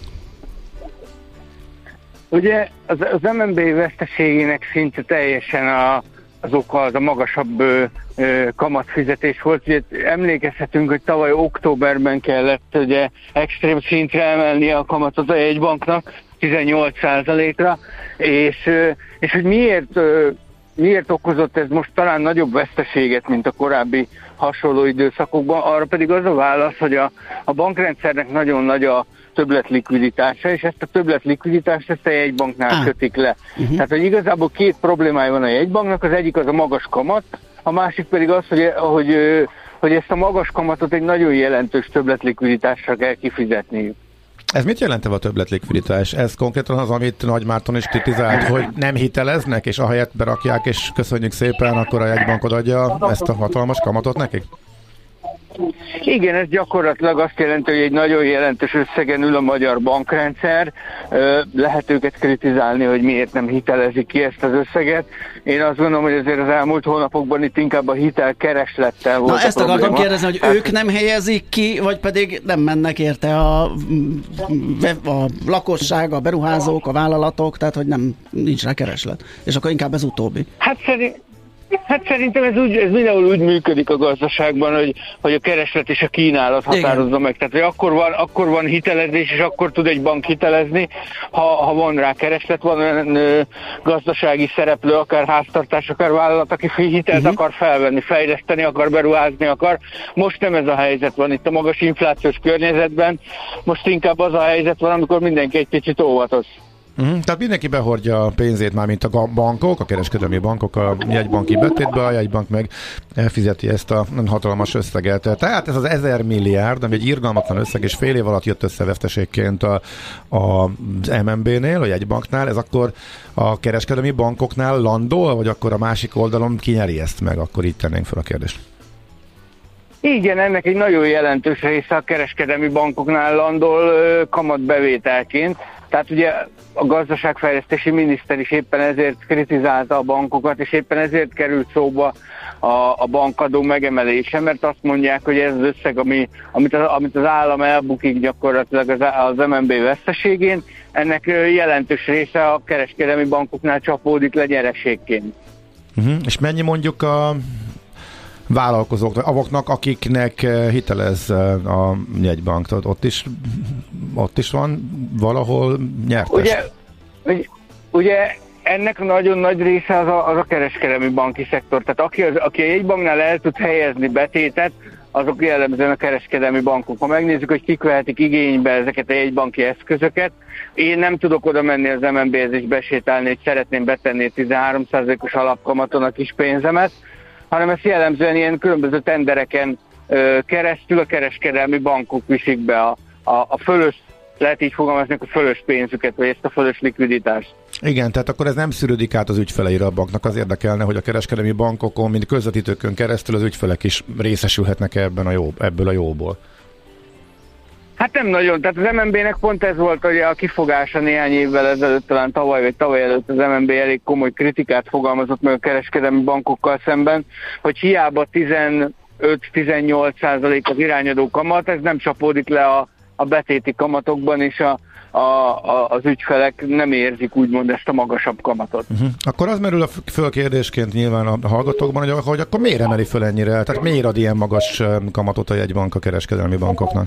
Ugye az MNB veszteségének szinte teljesen az oka az a magasabb kamatfizetés volt. Ugye emlékezhetünk, hogy tavaly októberben kellett ugye extrém szintre emelni a kamatot a jegybanknak 18%-ra, és hogy miért okozott ez most talán nagyobb veszteséget, mint a korábbi hasonló időszakokban, arra pedig az a válasz, hogy a bankrendszernek nagyon nagy a többletlikviditása, és ezt a többletlikviditást a jegybanknál kötik le. Tehát, hogy igazából 2 problémája van a jegybanknak, az egyik az a magas kamat, a másik pedig az, hogy ezt a magas kamatot egy nagyon jelentős többletlikviditásra kell kifizetniük. Ez mit jelent a többletlikviditás? Ez konkrétan az, amit Nagy Márton is kritizált, hogy nem hiteleznek, és ahelyett berakják, és köszönjük szépen, akkor a jegybankod adja ezt a hatalmas kamatot nekik? Igen, ez gyakorlatilag azt jelenti, hogy egy nagyon jelentős összegen ül a magyar bankrendszer. Lehet őket kritizálni, hogy miért nem hitelezik ki ezt az összeget. Én azt gondolom, hogy azért az elmúlt hónapokban itt inkább a hitelkereslettel volt. Na, ezt akartam kérdezni, hogy ők nem helyezik ki, vagy pedig nem mennek érte a lakosság, a beruházók, a vállalatok, tehát hogy nincs rá kereslet. És akkor inkább ez utóbbi. Hát szerintem ez mindenhol úgy működik a gazdaságban, hogy a kereslet és a kínálat határozza meg. Tehát, hogy akkor van hitelezés, és akkor tud egy bank hitelezni, ha van rá kereslet, van olyan gazdasági szereplő, akár háztartás, akár vállalat, aki hitelt akar felvenni, fejleszteni akar, beruházni akar. Most nem ez a helyzet van itt a magas inflációs környezetben, most inkább az a helyzet van, amikor mindenki egy picit óvatos. Tehát mindenki behordja a pénzét, már mint a bankok, a kereskedelmi bankok a jegybanki betétbe, a jegybank meg fizeti ezt a hatalmas összeget. Tehát ez az 1000 milliárd, ami egy irgalmatlan összeg, és fél év alatt jött össze veszteségként az MNB-nél, a jegybanknál, ez akkor a kereskedelmi bankoknál landol, vagy akkor a másik oldalon kinyeri ezt meg? Akkor így tennénk fel a kérdést. Igen, ennek egy nagyon jelentős része a kereskedelmi bankoknál landol kamatbevételként. Tehát ugye a gazdaságfejlesztési miniszter is éppen ezért kritizálta a bankokat, és éppen ezért került szóba a bankadó megemelése, mert azt mondják, hogy ez az összeg, amit az állam elbukik gyakorlatilag az MNB veszteségén, ennek jelentős része a kereskedelmi bankoknál csapódik le nyereségként. És mennyi mondjuk a vállalkozóknak, avoknak, akiknek hitelez a jegybank, ott is van valahol nyertes? Ugye ennek nagyon nagy része az a kereskedelmi banki szektor. Tehát aki a jegybanknál el tud helyezni betétet, azok jellemzően a kereskedelmi bankok. Ha megnézzük, hogy kik vehetik igénybe ezeket a jegybanki eszközöket, én nem tudok oda menni az MNB-hez és besétálni, hogy szeretném betenni 13%-os alapkamaton a kis pénzemet, hanem ezt jellemzően ilyen különböző tendereken keresztül a kereskedelmi bankok viszik be a fölös, lehet így fogalmazni, a fölös pénzüket, vagy ezt a fölös likviditást. Igen, tehát akkor ez nem szűrődik át az ügyfeleire a banknak. Az érdekelne, hogy a kereskedelmi bankokon, mint közvetítőkön keresztül az ügyfelek is részesülhetnek ebből a jóból. Hát nem nagyon, tehát az MNB-nek pont ez volt ugye a kifogása néhány évvel ezelőtt, talán tavaly vagy tavaly előtt az MNB elég komoly kritikát fogalmazott meg a kereskedelmi bankokkal szemben, hogy hiába 15-18% az irányadó kamat, ez nem csapódik le a betéti kamatokban, és az ügyfelek nem érzik úgymond ezt a magasabb kamatot. Akkor az merül föl kérdésként nyilván a hallgatókban, hogy akkor miért emeli föl ennyire? Tehát miért ad ilyen magas kamatot a jegybank a kereskedelmi bankoknak?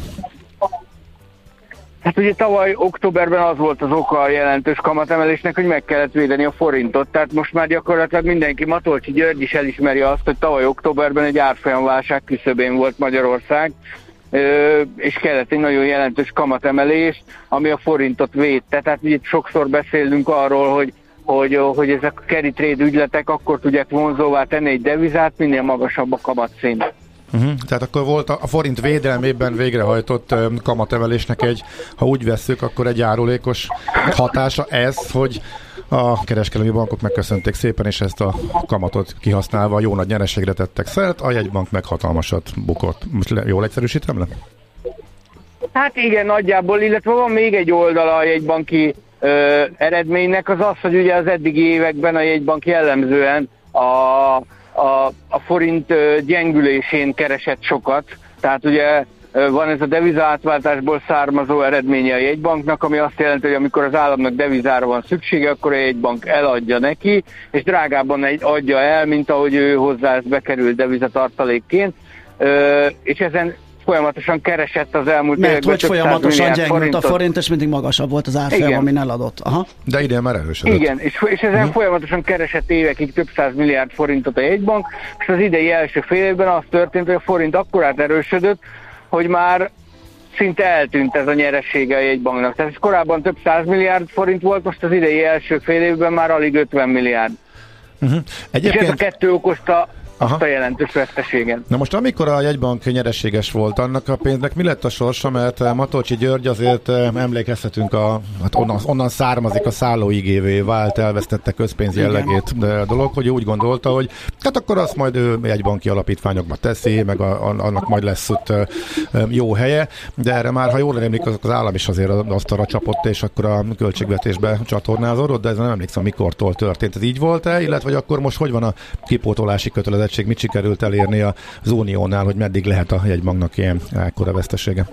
Hát ugye tavaly októberben az volt az oka a jelentős kamatemelésnek, hogy meg kellett védeni a forintot. Tehát most már gyakorlatilag mindenki, Matolcsy György is elismeri azt, hogy tavaly októberben egy árfolyamválság küszöbén volt Magyarország, és kellett egy nagyon jelentős kamatemelés, ami a forintot védte. Tehát itt sokszor beszélünk arról, hogy ezek a carry trade ügyletek akkor tudják vonzóvá tenni egy devizát, minél magasabb a kamatszint. Tehát akkor volt a forint védelmében végrehajtott kamatemelésnek ha úgy vesszük, akkor egy járulékos hatása ez, hogy a kereskedelmi bankok megköszönték szépen, és ezt a kamatot kihasználva jó nagy nyereségre tettek szert, a jegybank meg hatalmasat bukott. Most jól egyszerűsítem le? Hát igen, nagyjából, illetve van még egy oldala a jegybanki eredménynek, az az, hogy ugye az eddigi években a jegybank jellemzően a forint gyengülésén keresett sokat, tehát ugye van ez a devizaátváltásból származó eredménye a jegybanknak, ami azt jelenti, hogy amikor az államnak devizára van szüksége, akkor a jegybank eladja neki, és drágában adja el, mint ahogy ő hozzá ez bekerült devizatartalékként, és ezen folyamatosan keresett az elmúlt években. Mert hogy folyamatosan gyengült a forint, és mindig magasabb volt az árfolyam, amin eladott. Aha. De idén már erősödött. Igen, és ezen folyamatosan keresett évekig több 100 milliárd forintot a jegybank, és az idei első fél évben az történt, hogy a forint akkorát erősödött, hogy már szinte eltűnt ez a nyeressége a jegybanknak. Tehát korábban több 100 milliárd forint volt, most az idei első fél évben már alig 50 milliárd. És ez a kettő okozta azt a jelentős veszteségen. Na most amikor a jegybank nyereséges volt, annak a pénznek mi lett a sorsa, mert Matolcsy György azért emlékezhetünk, onnan származik a szállóigévé vált, elvesztette közpénz jellegét dolog, hogy úgy gondolta, hogy hát akkor azt majd ő jegybanki alapítványokba teszi, meg annak majd lesz ott jó helye, de erre már, ha jól emlékszik, az állam is azért asztalra csapott, és akkor a költségvetésbe csatornázódott, de ez nem emlékszem, mikortól történt. Ez így volt-e, illetve vagy akkor most hogy van a kipótolási kötelezet? Mit sikerült elérni az Uniónál, hogy meddig lehet a jegybanknak ilyen ekkora vesztesége?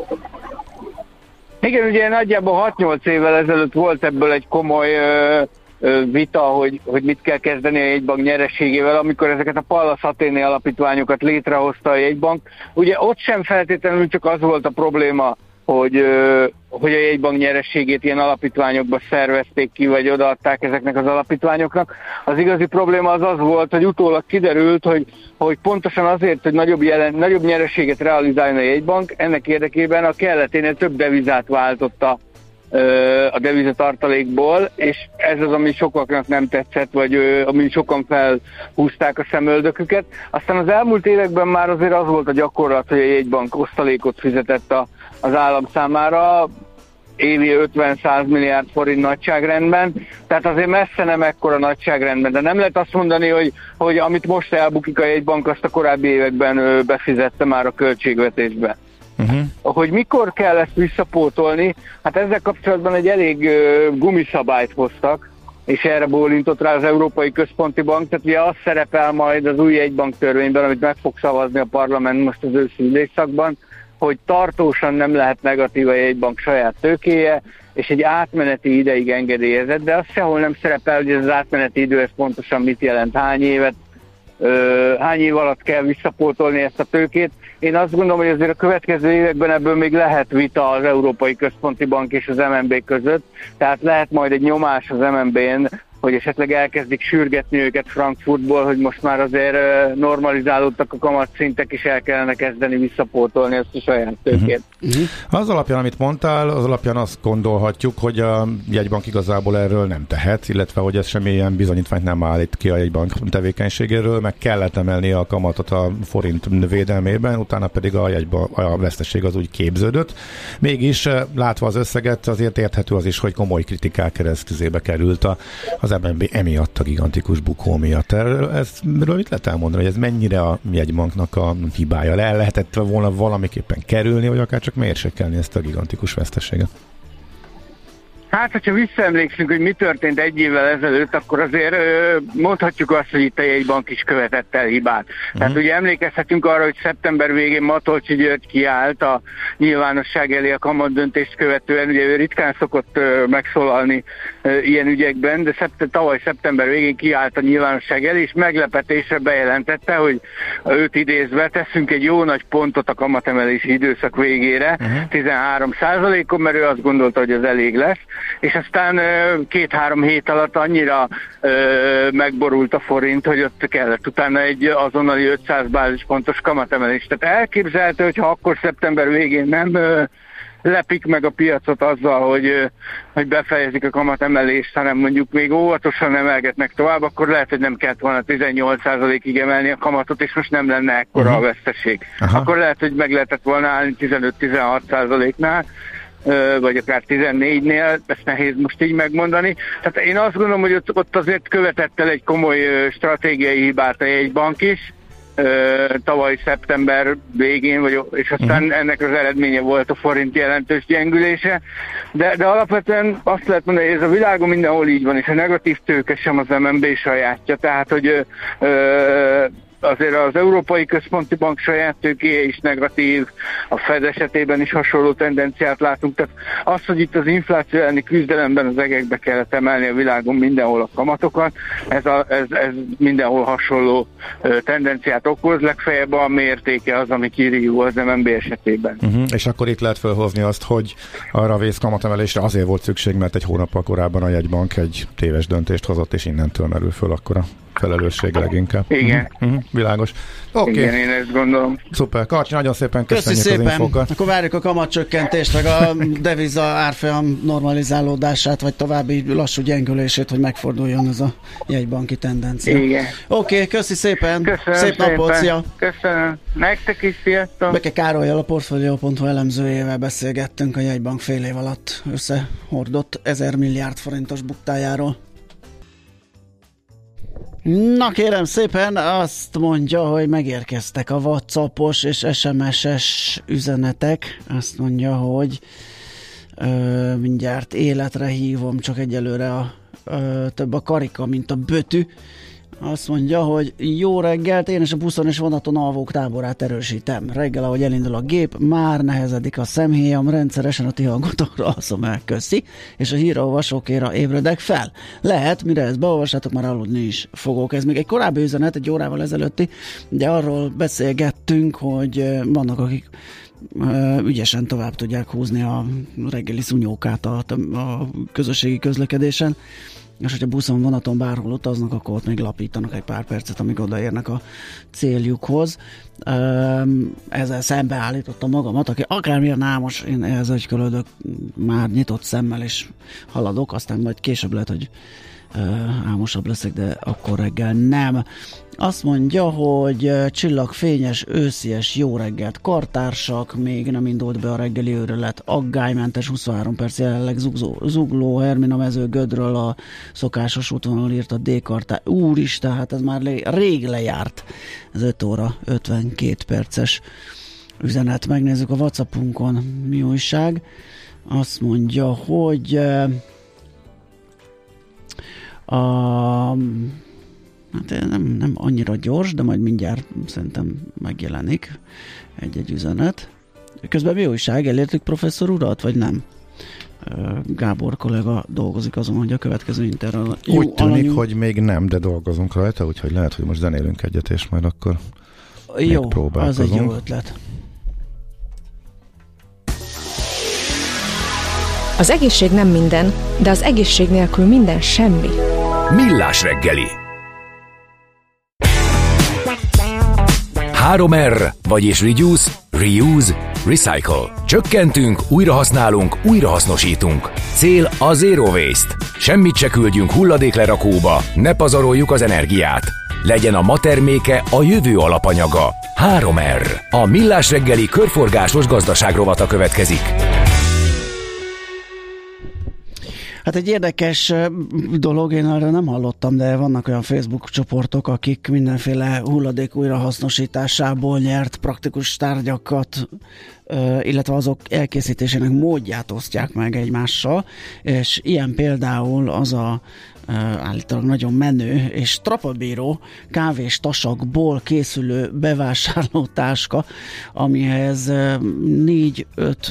Igen, ugye nagyjából 6-8 évvel ezelőtt volt ebből egy komoly vita, hogy mit kell kezdeni a jegybank nyereségével, amikor ezeket a Pallas Athéné alapítványokat létrehozta a jegybank. Ugye ott sem feltétlenül csak az volt a probléma, hogy a jegybank nyerességét ilyen alapítványokba szervezték ki, vagy odaadták ezeknek az alapítványoknak. Az igazi probléma az volt, hogy utólag kiderült, hogy pontosan azért, hogy nagyobb nyereséget realizáljon a jegybank, ennek érdekében a kelleténél több devizát váltotta a devizatartalékból, és ez az, ami sokaknak nem tetszett, vagy ami sokan felhúzták a szemöldöküket. Aztán az elmúlt években már azért az volt a gyakorlat, hogy a jegybank osztalékot fizetett az állam számára, évi 50-100 milliárd forint nagyságrendben, tehát azért messze nem ekkora nagyságrendben, de nem lehet azt mondani, hogy amit most elbukik a jegybank, azt a korábbi években befizette már a költségvetésbe. Hogy mikor kell ezt visszapótolni, hát ezzel kapcsolatban egy elég gumiszabályt hoztak, és erre bólintott rá az Európai Központi Bank, tehát ugye az szerepel majd az új jegybanktörvényben, amit meg fog szavazni a parlament most az őszi ülésszakban, hogy tartósan nem lehet negatív a jegybank saját tőkéje, és egy átmeneti ideig engedélyezett, de az sehol nem szerepel, hogy ez az átmeneti idő, ez pontosan mit jelent, hány év alatt kell visszapótolni ezt a tőkét. Én azt gondolom, hogy azért a következő években ebből még lehet vita az Európai Központi Bank és az MNB között, tehát lehet majd egy nyomás az MNB-n, hogy esetleg elkezdik sürgetni őket Frankfurtból, hogy most már azért normalizálódtak a kamatszintek, és el kellene kezdeni visszapótolni ezt a saját tőkét. Az alapján, amit mondtál, az alapján azt gondolhatjuk, hogy a jegybank igazából erről nem tehet, illetve hogy ez semmilyen bizonyítványt nem állít ki a jegybank tevékenységéről, meg kellett emelni a kamatot a forint védelmében, utána pedig a veszteség az úgy képződött. Mégis látva az összeget, azért érthető az is, hogy komoly kritikák keresztüzébe került az MNB emiatt a gigantikus bukó miatt. Erről mit lehet elmondani, hogy ez mennyire a jegybanknak a hibája? Lehetett volna valamiképpen kerülni, vagy akár csak mérsékelni ezt a gigantikus veszteséget? Hát, hogyha visszaemlékszünk, hogy mi történt egy évvel ezelőtt, akkor azért mondhatjuk azt, hogy itt a jegybank is követett el hibát. Tehát ugye emlékezhetünk arra, hogy szeptember végén Matolcsy György kiállt a nyilvánosság elé a kamatdöntést követően, ugye ő ritkán szokott megszólalni ilyen ügyekben, de tavaly szeptember végén kiállt a nyilvánosság elé, és meglepetésre bejelentette, hogy őt idézve teszünk egy jó nagy pontot a kamatemelési időszak végére, 13%-on, mert ő azt gondolta, hogy ez elég lesz. És aztán 2-3 hét alatt annyira megborult a forint, hogy ott kellett utána egy azonnali 500 bázispontos kamatemelés. Tehát elképzelhető, hogyha akkor szeptember végén nem lepik meg a piacot azzal, hogy befejezik a kamatemelést, hanem mondjuk még óvatosan emelgetnek tovább, akkor lehet, hogy nem kellett volna 18%-ig emelni a kamatot, és most nem lenne ekkora a veszteség. Akkor lehet, hogy meg lehetett volna állni 15-16%-nál, vagy akár 14-nél, ezt nehéz most így megmondani. Tehát én azt gondolom, hogy ott azért követett el egy komoly stratégiai hibát a jegybank is, tavaly szeptember végén, és aztán ennek az eredménye volt a forint jelentős gyengülése, de alapvetően azt lehet mondani, hogy ez a világon mindenhol így van, és a negatív tőke sem az MNB sajátja, tehát hogy azért az Európai Központi Bank saját tőkéje is negatív, a Fed esetében is hasonló tendenciát látunk, tehát az, hogy itt az infláció elleni küzdelemben az egekbe kellett emelni a világon mindenhol a kamatokat, ez mindenhol hasonló tendenciát okoz, legfeljebb a mértéke az, ami kirívó az MNB esetében. És akkor itt lehet felhozni azt, hogy arra a vészkamatemelésre azért volt szükség, mert egy hónappal korábban a jegybank egy téves döntést hozott, és innentől merül föl akkor a felelősség leginkább. Igen. Világos. Okay. Igen, én ezt gondolom. Szuper. Karcsi, nagyon szépen köszönjük az infókat. Akkor várjuk a kamatcsökkentést, meg a deviza árfolyam normalizálódását, vagy további lassú gyengülését, hogy megforduljon ez a jegybanki tendencia. Igen. Oké, köszi szépen. Köszönöm Szép szépen. napot, szia. Köszönöm. Nektek is, sziasztok. Beke Károllyal, a Portfolio.hu elemzőjével beszélgettünk a jegybank fél év alatt összehordott 1000 milliárd forintos buktájáról. Na kérem szépen, azt mondja, hogy megérkeztek a WhatsAppos és SMS-es üzenetek. Azt mondja, hogy mindjárt életre hívom, csak egyelőre több a karika, mint a bötű. Azt mondja, hogy jó reggelt, én és a buszon és vonaton alvók táborát erősítem. Reggel, ahogy elindul a gép, már nehezedik a szemhéjam, rendszeresen a ti hallgatókra alszom el, köszi, és a hírolvasókéra ébredek fel. Lehet, mire ezt beolvassátok, már aludni is fogok. Ez még egy korábbi üzenet, egy órával ezelőtti, de arról beszélgettünk, hogy vannak, akik ügyesen tovább tudják húzni a reggeli szunyókát a közösségi közlekedésen, és hogyha buszon, vonaton bárhol utaznak, akkor ott még lapítanak egy pár percet, amíg odaérnek a céljukhoz. Ezzel szembeállítottam magamat, aki akármilyen álmos, én ehhez ögykölödök, már nyitott szemmel és haladok, aztán majd később lehet, hogy álmosabb leszek, de akkor reggel nem. Azt mondja, hogy csillagfényes, őszies, jó reggelt kartársak, még nem indult be a reggeli őrület, aggálymentes 23 perc jelenleg zugló Hermina mező Gödről a szokásos útvonal írt a D-kartár. Úristen, hát ez már rég lejárt. Ez 5 óra 52 perces üzenet. Megnézzük a WhatsAppunkon, mi újság. Azt mondja, hogy hát nem annyira gyors, de majd mindjárt szerintem megjelenik egy üzenet. Közben mi újság? Elértük professzor urat, vagy nem? Gábor kollega dolgozik azon, hogy a következő interről... Úgy tűnik, hogy még nem, de dolgozunk rajta, úgyhogy lehet, hogy most zenélünk egyet, és majd akkor jó, az egy jó ötlet. Az egészség nem minden, de az egészség nélkül minden semmi. Millás reggeli. 3R, vagyis Reduce, Reuse, Recycle. Csökkentünk, újrahasználunk, újrahasznosítunk. Cél a Zero Waste. Semmit se küldjünk hulladéklerakóba, ne pazaroljuk az energiát. Legyen a ma terméke a jövő alapanyaga. 3R. A Millás reggeli körforgásos gazdaság rovata következik. Hát egy érdekes dolog, én arra nem hallottam, de vannak olyan Facebook csoportok, akik mindenféle hulladék újrahasznosításából nyert praktikus tárgyakat, illetve azok elkészítésének módját osztják meg egymással, és ilyen például az a állítólag nagyon menő és trapabíró kávés tasakból készülő bevásárlótáska, amihez 7-8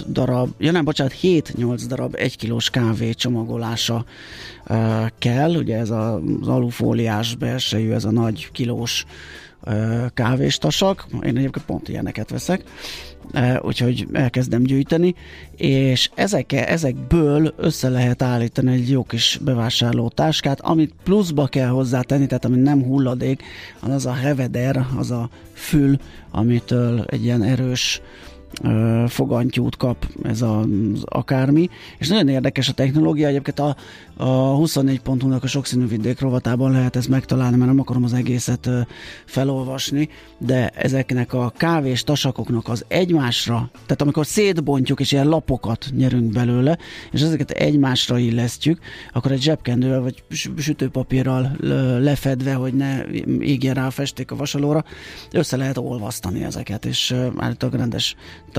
darab 1 kilós kávé csomagolása kell. Ugye ez az alufóliás belsejű, ez a nagy kilós kávéstasak. Én egyébként pont ilyeneket veszek, úgyhogy elkezdem gyűjteni, és ezekből össze lehet állítani egy jó kis bevásárló táskát, amit pluszba kell hozzátenni, tehát ami nem hulladék, hanem az a heveder, az a fül, amitől egy ilyen erős fogantyút kap ez az akármi, és nagyon érdekes a technológia, egyébként a 24.hu-nak a sokszínű vidék rovatában lehet ezt megtalálni, mert nem akarom az egészet felolvasni, de ezeknek a kávés tasakoknak az egymásra, tehát amikor szétbontjuk és ilyen lapokat nyerünk belőle, és ezeket egymásra illesztjük, akkor egy zsebkendővel vagy sütőpapírral lefedve, hogy ne égjen rá a festék a vasalóra, össze lehet olvasztani ezeket, és állítólag rendes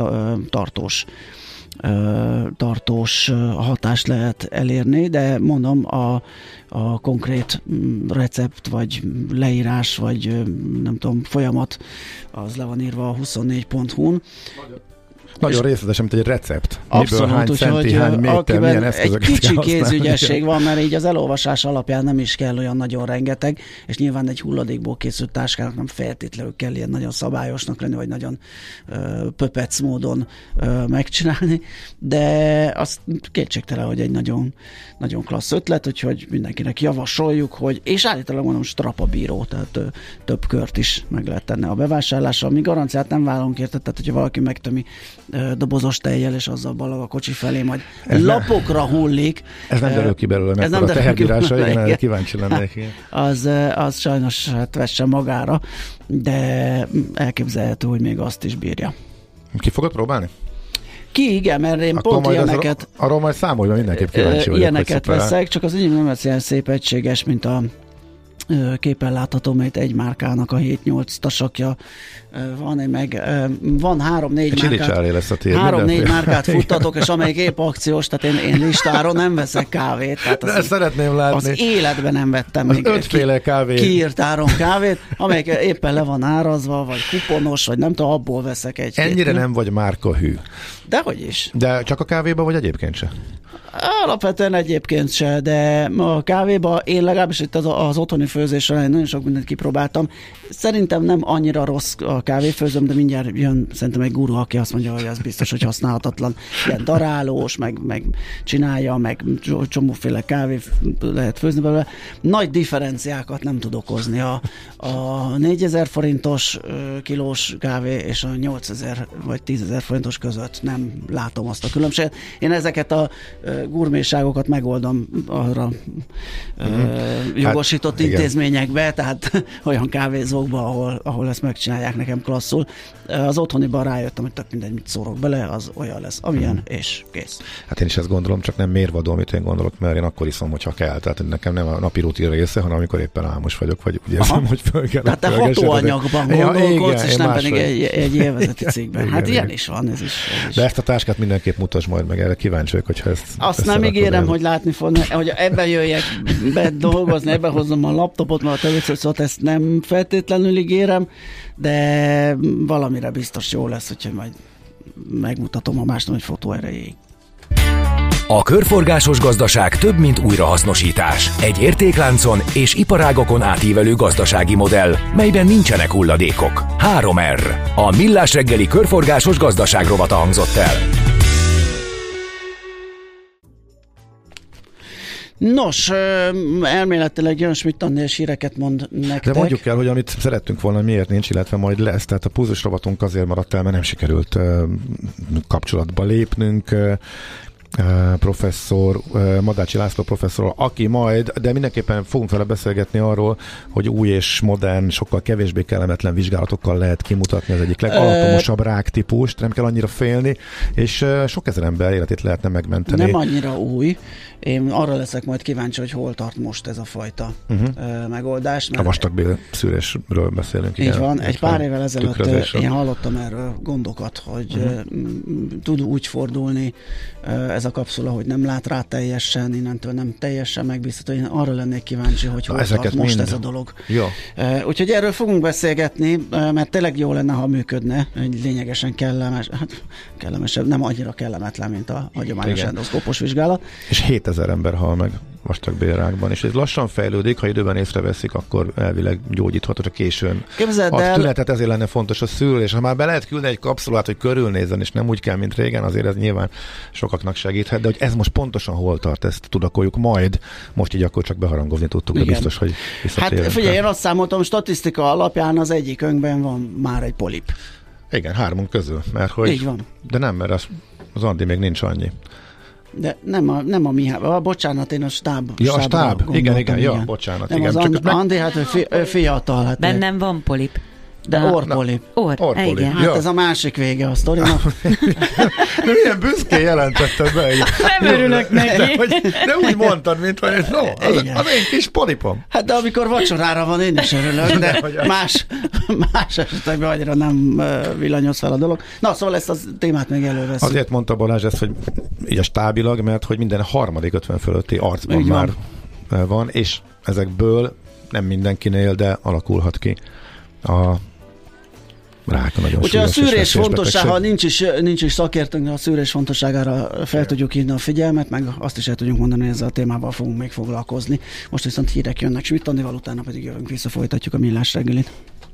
tartós hatást lehet elérni, de mondom, a konkrét recept, vagy leírás, vagy nem tudom, folyamat, az le van írva a 24.hu-n. Nagyon részletesen, mint egy recept. Abszolút, hány centi, hány méter, milyen eszközöket egy kicsi kézügyesség van, mert így az elolvasás alapján nem is kell olyan nagyon rengeteg, és nyilván egy hulladékból készült táskának nem feltétlenül kell ilyen nagyon szabályosnak lenni, vagy nagyon pöpec módon megcsinálni, de az kétségtelen, hogy egy nagyon, nagyon klassz ötlet, úgyhogy mindenkinek javasoljuk, hogy, és állítólag mondom, strapabíró, tehát több kört is meg lehet tenni a bevásárlásra. Mi garanciát nem vállalunk érte, tehát hogyha valaki megtömi dobozos tejjel, és azzal ballag a kocsi felé, majd ez lapokra hullik. Ez nem derül ki belőle, mert a teherbírása, igen, kíváncsi lennék. Az sajnos hát vesse magára, de elképzelhető, hogy még azt is bírja. Ki fogod próbálni? Ki, igen, mert én akkor pont ilyeneket... Arról majd számolj, mindenképp kíváncsi vagyok. Ilyeneket veszek, csak az így nem lesz ilyen szép egységes, mint a képen látható, mert egy márkának a 7-8 tasakja van, meg van 3-4 márkát futtatok, és amelyik épp akciós, tehát én listáron nem veszek kávét. Tehát ezt szeretném látni. Az életben nem vettem az még 5 kávét. Kiírt áron kávét, amelyik éppen le van árazva, vagy kuponos, vagy nem tudom, abból veszek egy-két. Ennyire nem vagy márkahű. Dehogy is. De csak a kávéba, vagy egyébként se? Alapvetően egyébként se, de a kávéba én legalábbis itt az otthoni főzésre nagyon sok mindent kipróbáltam. Szerintem nem annyira rossz a kávéfőzőm, de mindjárt jön szerintem egy guru, aki azt mondja, hogy az biztos, hogy használhatatlan. Ilyen darálós, meg csinálja, meg csomóféle kávé lehet főzni belőle. Nagy differenciákat nem tud okozni. A 4000 forintos kilós kávé és a 8000 vagy 10.000 forintos között nem látom azt a különbséget. Én ezeket a gurméságokat megoldom arra jogosított intézményekbe, tehát olyan kávézókba, ahol ezt megcsinálják nekem klasszul. Az otthoniban rájöttem, hogy tök mindegy, mit szórok bele, az olyan lesz, amilyen, és kész. Hát én is ezt gondolom, csak nem mérvadó, amit én gondolok, mert én akkor iszom, hogyha kell. Tehát nekem nem a napi rutin része, hanem amikor éppen álmos vagyok, vagy úgy érzem, hogy föl kell. Tehát te hatóanyagban gondolkodsz, és nem pedig egy élvezeti cikkben. Hát igen, ilyen is van, ez is. De ezt a táskát mindenképp mutasd majd meg, erre kíváncsi vagyok, hogyha ezt... Azt nem ígérem, hogy látni fog, hogy ebben jöjjek be dolgozni, ebben hozzam a laptopot, mert a tevészőszót ezt nem feltétlenül ígérem, de valamire biztos jó lesz, hogyha majd megmutatom a másnak egy fotó erejéig. A körforgásos gazdaság több, mint újrahasznosítás. Egy értékláncon és iparágokon átívelő gazdasági modell, melyben nincsenek hulladékok. 3R. A Millás reggeli körforgásos gazdaság rovata hangzott el. Nos, elméletileg Jön Schmidt András híreket mond nektek. De mondjuk el, hogy amit szerettünk volna, miért nincs, illetve majd lesz. Tehát a pulzus rovatunk azért maradt el, mert nem sikerült kapcsolatba lépnünk. Professzor, Madácsi László professzorral, aki majd, de mindenképpen fogunk vele beszélgetni arról, hogy új és modern, sokkal kevésbé kellemetlen vizsgálatokkal lehet kimutatni az egyik legalapomosabb ráktípust, nem kell annyira félni, és sok ezer ember életét lehetne megmenteni. Nem annyira új. Én arra leszek majd kíváncsi, hogy hol tart most ez a fajta megoldás. A vastagbél szűrésről beszélünk. Így igen, van. Egy pár évvel ezelőtt én hallottam erről gondokat, hogy tud úgy fordulni ez a kapszula, hogy nem lát rá teljesen, innentől nem teljesen megbízható. Én arra lennék kíváncsi, hogy hol tart most ez a dolog. Jó. Úgyhogy erről fogunk beszélgetni, mert tényleg jó lenne, ha működne. Egy lényegesen kellemesebb, nem annyira kellemetlen, mint a hagyományos endoszkópos vizsgálat. És 7000 ember hal meg vastagbélrákban, és ez lassan fejlődik, ha időben észreveszik, akkor elvileg gyógyítható, csak későn. A tünetet ezért lenne fontos a szűrés. Ha már be lehet küldeni egy kapszulát, hogy körülnézzen, és nem úgy kell, mint régen, azért ez nyilván sokaknak segíthet, de hogy ez most pontosan hol tart, ezt tudakoljuk majd. Most így akkor csak beharangozni tudtuk, de biztos, hogy visszatérünk. Hát figyelj, én azt számoltam, statisztika alapján az egyikünkben van már egy polip. Igen, 3 közül, mert hogy... Így van. De nem, mert az Andi még nincs annyi. De nem a Mihály, bocsánat, én a stáb. Ja, a stáb, igen, bocsánat. Nem igen. az Andi, hát ő fiatal. Hát bennem van polip. De orrpolip. Igen. Hát ez a másik vége a sztorinak. De milyen büszkén jelentetted be. Nem örülök neki. De úgy mondtad, mint hogy az én kis polipom. Hát de amikor vacsorára van, én is örülök, de más esetekben annyira nem villanyoz fel a dolog. Na, szóval ezt a témát még előveszünk. Azért mondta Balázs ezt, hogy így a stábilag, mert hogy minden harmadik 50 fölötti arcban már van, és ezekből nem mindenkinél, de alakulhat ki a rák. Úgyhogy a szűrés fontossága, ha nincs is szakértőnk, a szűrés fontosságára fel tudjuk hívni a figyelmet, meg azt is el tudjuk mondani, hogy ezzel a témával fogunk még foglalkozni. Most viszont hírek jönnek Schmidt Andival, utána pedig jövünk vissza, folytatjuk a Millás reggelit.